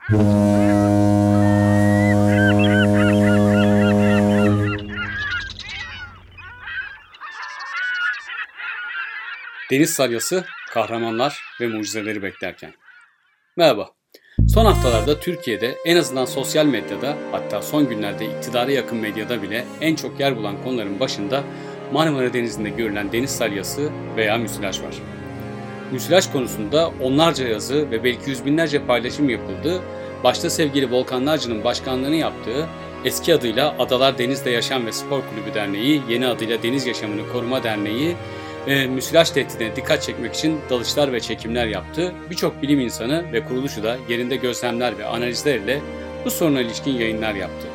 Deniz salyası, kahramanlar ve mucizeleri beklerken. Merhaba. Son haftalarda Türkiye'de en azından sosyal medyada, hatta son günlerde iktidara yakın medyada bile en çok yer bulan konuların başında Marmara Denizi'nde görülen deniz salyası veya müsilaj var. Müsilaj konusunda onlarca yazı ve belki yüz binlerce paylaşım yapıldı. Başta sevgili Volkan Narcı'nın başkanlığını yaptığı, eski adıyla Adalar Denizde Yaşam ve Spor Kulübü Derneği, yeni adıyla Deniz Yaşamını Koruma Derneği, müsilaj tehdidine dikkat çekmek için dalışlar ve çekimler yaptı. Birçok bilim insanı ve kuruluşu da yerinde gözlemler ve analizlerle bu soruna ilişkin yayınlar yaptı.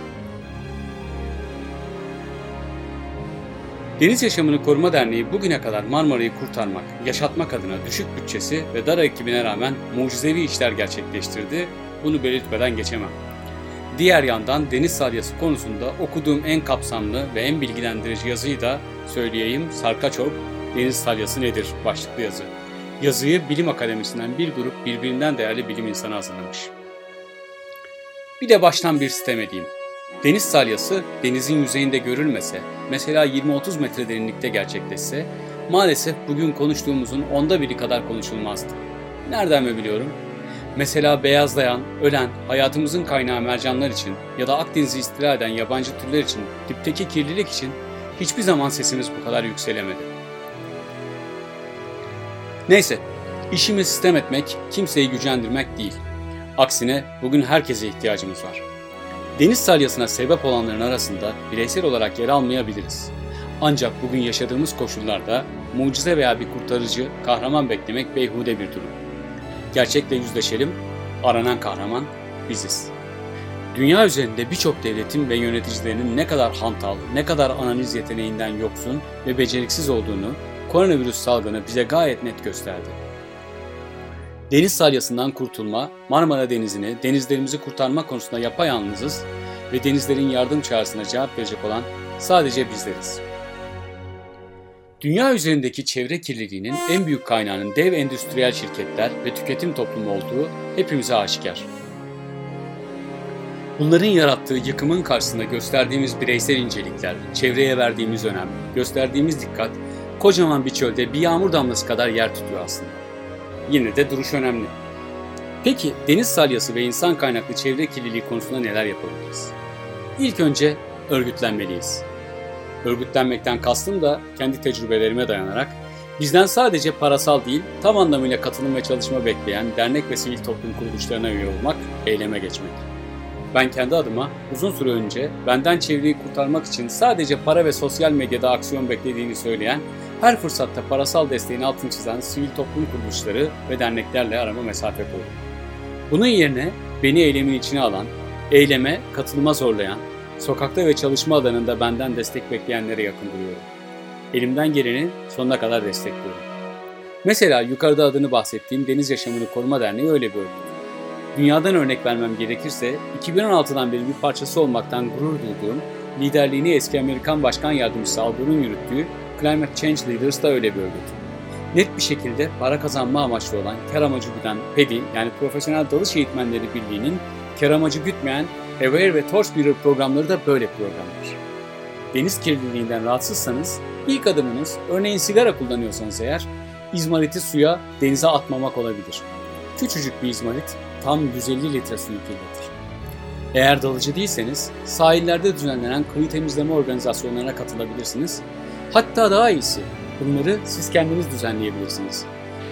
Deniz Yaşamını Koruma Derneği bugüne kadar Marmara'yı kurtarmak, yaşatmak adına düşük bütçesi ve dar ekibine rağmen mucizevi işler gerçekleştirdi. Bunu belirtmeden geçemem. Diğer yandan deniz salyası konusunda okuduğum en kapsamlı ve en bilgilendirici yazıyı da söyleyeyim. Sarkaçok, Deniz Salyası Nedir? Başlıklı yazı. Yazıyı Bilim Akademisi'nden bir grup birbirinden değerli bilim insanı hazırlamış. Bir de baştan bir sitem edeyim. Deniz salyası denizin yüzeyinde görülmese, mesela 20-30 metre derinlikte gerçekleşse, maalesef bugün konuştuğumuzun 1/10 kadar konuşulmazdı. Nereden mi biliyorum? Mesela beyazlayan, ölen, hayatımızın kaynağı mercanlar için ya da Akdeniz'i istila eden yabancı türler için, dipteki kirlilik için hiçbir zaman sesimiz bu kadar yükselemedi. Neyse, işimiz sitem etmek, kimseyi gücendirmek değil. Aksine bugün herkese ihtiyacımız var. Deniz salyasına sebep olanların arasında bireysel olarak yer almayabiliriz. Ancak bugün yaşadığımız koşullarda mucize veya bir kurtarıcı, kahraman beklemek beyhude bir durum. Gerçekle yüzleşelim, aranan kahraman biziz. Dünya üzerinde birçok devletin ve yöneticilerinin ne kadar hantal, ne kadar analiz yeteneğinden yoksun ve beceriksiz olduğunu koronavirüs salgını bize gayet net gösterdi. Deniz salyasından kurtulma, Marmara Denizi'ni, denizlerimizi kurtarma konusunda yapayalnızız ve denizlerin yardım çağrısına cevap verecek olan sadece bizleriz. Dünya üzerindeki çevre kirliliğinin en büyük kaynağının dev endüstriyel şirketler ve tüketim toplumu olduğu hepimize aşikar. Bunların yarattığı yıkımın karşısında gösterdiğimiz bireysel incelikler, çevreye verdiğimiz önem, gösterdiğimiz dikkat, kocaman bir çölde bir yağmur damlası kadar yer tutuyor aslında. Yine de duruş önemli. Peki deniz salyası ve insan kaynaklı çevre kirliliği konusunda neler yapabiliriz? İlk önce örgütlenmeliyiz. Örgütlenmekten kastım da kendi tecrübelerime dayanarak bizden sadece parasal değil, tam anlamıyla katılım ve çalışma bekleyen dernek ve sivil toplum kuruluşlarına üye olmak, eyleme geçmek. Ben kendi adıma uzun süre önce benden çevreyi kurtarmak için sadece para ve sosyal medyada aksiyon beklediğini söyleyen, her fırsatta parasal desteğin altını çizen sivil toplum kuruluşları ve derneklerle arama mesafe koydum. Bunun yerine beni eylemin içine alan, eyleme, katılıma zorlayan, sokakta ve çalışma alanında benden destek bekleyenlere yakın duruyorum. Elimden geleni sonuna kadar destekliyorum. Mesela yukarıda adını bahsettiğim Deniz Yaşamını Koruma Derneği öyle bir örgüt. Dünyadan örnek vermem gerekirse 2016'dan beri bir parçası olmaktan gurur duyduğum, liderliğini eski Amerikan Başkan Yardımcısı Al Gore'un yürüttüğü Climate Change Leaders da öyle bir örgüt. Net bir şekilde para kazanma amaçlı olan kar amacı güden PEDI yani Profesyonel Dalış Eğitmenleri Birliği'nin kar amacı gütmeyen Aware ve Torchbearer programları da böyle programlar. Deniz kirliliğinden rahatsızsanız ilk adımınız örneğin sigara kullanıyorsanız eğer izmariti suya denize atmamak olabilir. Küçücük bir izmarit tam 150 litre suyu kirletir. Eğer dalıcı değilseniz sahillerde düzenlenen kıyı temizleme organizasyonlarına katılabilirsiniz. Hatta daha iyisi bunları siz kendiniz düzenleyebilirsiniz.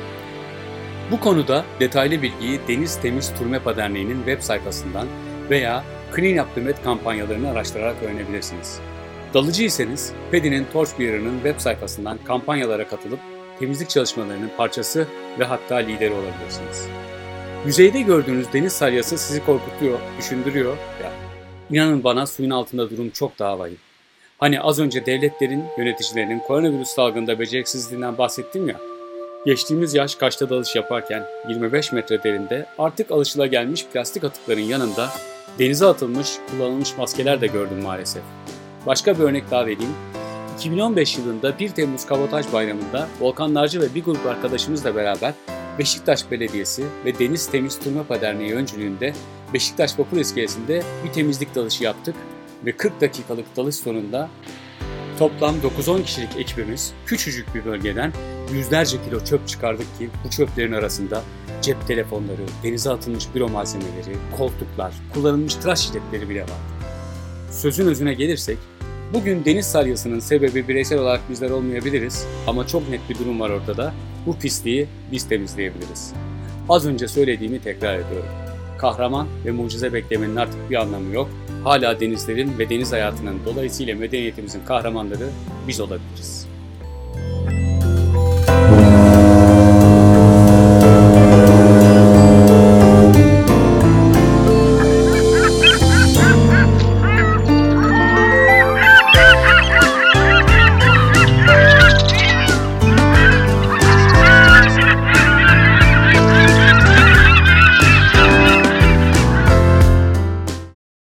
Bu konuda detaylı bilgiyi Deniz Temiz Turmepa Derneği'nin web sayfasından veya Clean Up the Med kampanyalarını araştırarak öğrenebilirsiniz. Dalıcıysanız PEDI'nin Torchbearer'ın web sayfasından kampanyalara katılıp temizlik çalışmalarının parçası ve hatta lideri olabilirsiniz. Yüzeyde gördüğünüz deniz salyası sizi korkutuyor, düşündürüyor ya. İnanın bana suyun altında durum çok daha vahim. Hani az önce devletlerin, yöneticilerinin koronavirüs salgında beceriksizliğinden bahsettim ya. Geçtiğimiz yaz Kaş'ta dalış yaparken 25 metre derinde artık alışılagelmiş plastik atıkların yanında denize atılmış, kullanılmış maskeler de gördüm maalesef. Başka bir örnek daha vereyim. 2015 yılında 1 Temmuz Kabotaj Bayramı'nda Volkan Narcı ve bir grup arkadaşımızla beraber Beşiktaş Belediyesi ve Deniz Temiz Turnuva Derneği öncülüğünde Beşiktaş Vapur İskelesi'nde bir temizlik dalışı yaptık ve 40 dakikalık dalış sonunda toplam 9-10 kişilik ekibimiz küçücük bir bölgeden yüzlerce kilo çöp çıkardık ki bu çöplerin arasında cep telefonları, denize atılmış büro malzemeleri, koltuklar, kullanılmış tıraş jiletleri bile vardı. Sözün özüne gelirsek, bugün deniz salyasının sebebi bireysel olarak bizler olmayabiliriz ama çok net bir durum var ortada. Bu pisliği biz temizleyebiliriz. Az önce söylediğimi tekrar ediyorum. Kahraman ve mucize beklemenin artık bir anlamı yok. Hala denizlerin ve deniz hayatının dolayısıyla medeniyetimizin kahramanları biz olabiliriz.